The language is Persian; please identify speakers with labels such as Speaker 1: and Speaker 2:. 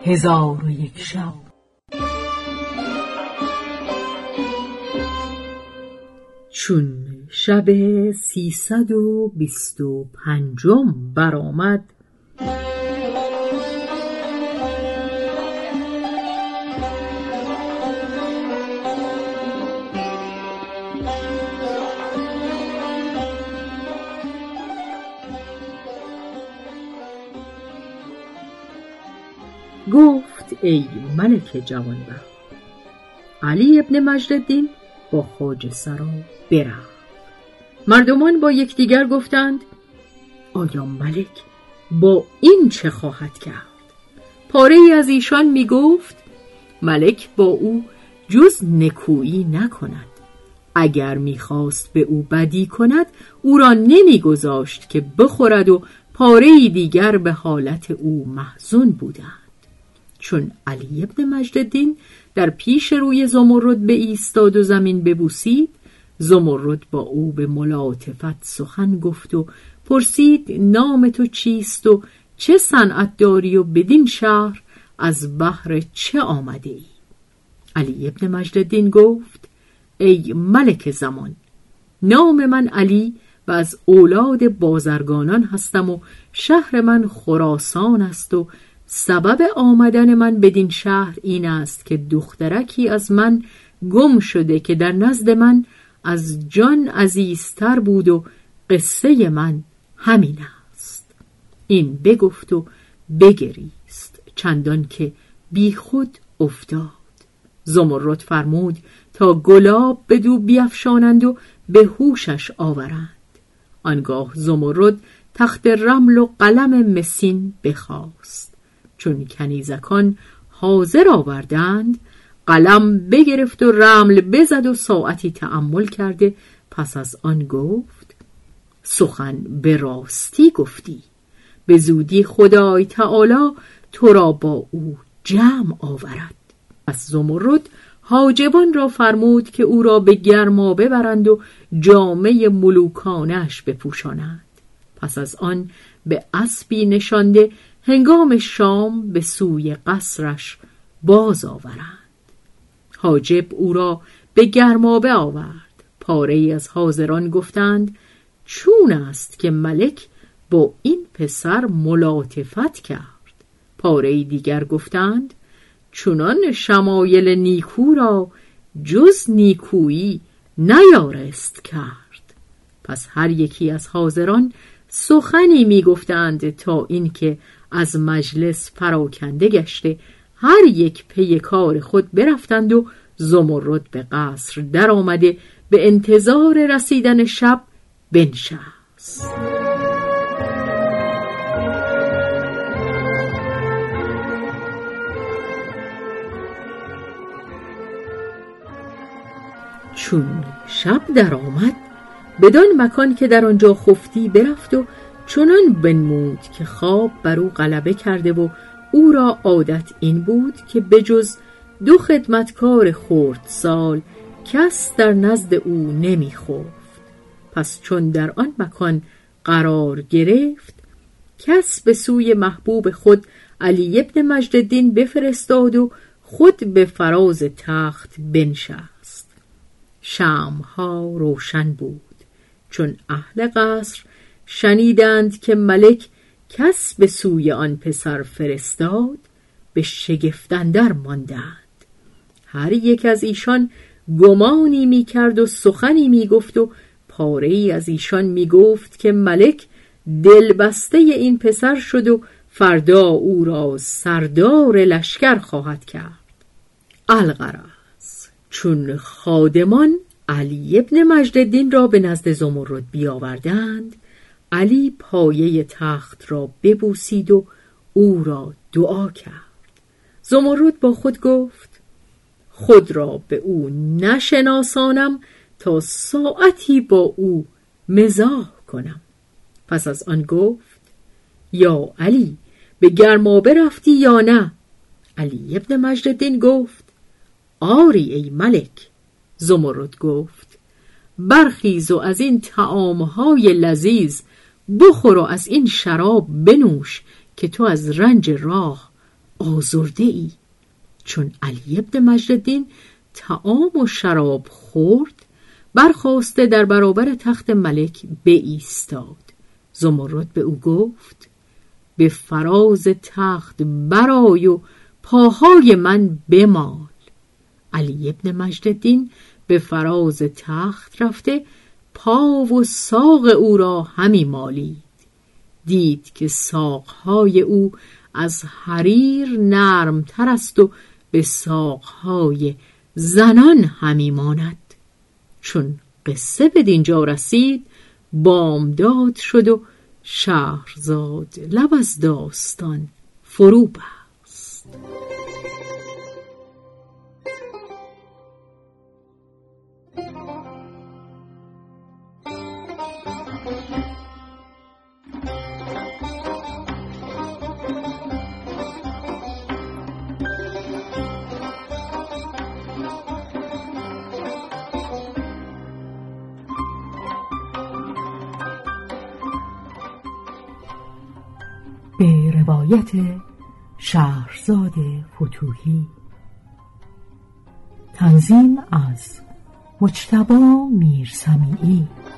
Speaker 1: 1001 شب.
Speaker 2: چون شب 325 برآمد، گفت ای ملک جوانبخت، علی ابن مجدالدین با خواجه سرا برفت. مردمان با یکدیگر گفتند آیا ملک با این چه خواهد کرد؟ پاره ای از ایشان می گفت ملک با او جز نکویی نکند. اگر می خواست به او بدی کند او را نمی گذاشت که بخورد و پاره ای دیگر به حالت او محزون بودند. چون علی ابن مجدالدین در پیش روی زمرد بایستاد و زمین ببوسید، زمرد با او به ملاطفت سخن گفت و پرسید نام تو چیست و چه صنعت داری و بدین شهر از بهر چه آمده ای؟ علی ابن مجدالدین گفت ای ملک زمان، نام من علی و از اولاد بازرگانان هستم و شهر من خراسان است و سبب آمدن من بدین شهر این است که دخترکی از من گم شده که در نزد من از جان عزیزتر بود و قصه من همین است. این بگفت و بگریست چندان که بی خود افتاد. زمرد فرمود تا گلاب بدو بیفشانند و به هوشش آورند. آنگاه زمرد تخت رمل و قلم مسین بخواست. چون کنیزکان حاضر آوردند، قلم بگرفت و رمل بزد و ساعتی تأمل کرده پس از آن گفت سخن به راستی گفتی، به زودی خدای تعالی تو را با او جمع آورد. پس زمرد حاجبان را فرمود که او را به گرمابه برند و جامه ملوکانش بپوشانند. پس از آن به اسبی نشانده هنگام شام به سوی قصرش باز آورند. حاجب او را به گرمابه آورد. پاره ای از حاضران گفتند چون است که ملک با این پسر ملاطفت کرد؟ پاره ای دیگر گفتند چونان شمایل نیکو را جز نیکویی نیارست کرد. پس هر یکی از حاضران سخنی می گفتند تا اینکه از مجلس پراکنده گشته هر یک پی کار خود برفتند و زمرد به قصر در آمده به انتظار رسیدن شب بنشست. چون شب در آمد، بدان مکان که در آنجا خفتی برفت و چنان بنمود که خواب بر او غلبه کرده و او را عادت این بود که بجز 2 خدمتکار خردسال کس در نزد او نمی خفت. پس چون در آن مکان قرار گرفت، کس به سوی محبوب خود علی ابن مجدالدین بفرستاد و خود به فراز تخت بنشست. شمع‌ها روشن بود. چون اهل قصر شنیدند که ملک کس به سوی آن پسر فرستاد، به شگفت اندر ماندند. هر یک از ایشان گمانی می کرد و سخنی می گفت و پاره ای از ایشان می گفت که ملک دلبسته این پسر شد و فردا او را سردار لشکر خواهد کرد. الغرض چون خادمان علی ابن مجدالدین را به نزد زمرد بیاوردند، علی پایه تخت را ببوسید و او را دعا کرد. زمرد با خود گفت خود را به او نشناسانم تا ساعتی با او مزاح کنم. پس از آن گفت یا علی، به گرمابه رفتی یا نه؟ علی ابن مجدالدین گفت آری ای ملک. زمرد گفت برخیز و از این طعامهای لذیذ بخور و از این شراب بنوش که تو از رنج راه آزرده ای. چون علی ابن مجدالدین طعام و شراب خورد، برخاسته در برابر تخت ملک بایستاد. زمرد به او گفت: به فراز تخت برآی و پاهای من بمال. علی ابن مجدالدین به فراز تخت رفته پا و ساق او را همی مالید. دید که ساقهای او از حریر نرمتر است و به ساقهای زنان همی ماند. چون قصه به دینجا رسید، بامداد شد و شهرزاد لب از داستان فرو بست.
Speaker 1: به روایت شهرزاد فتوحی. تنظیم از مجتبی میرسمیعی.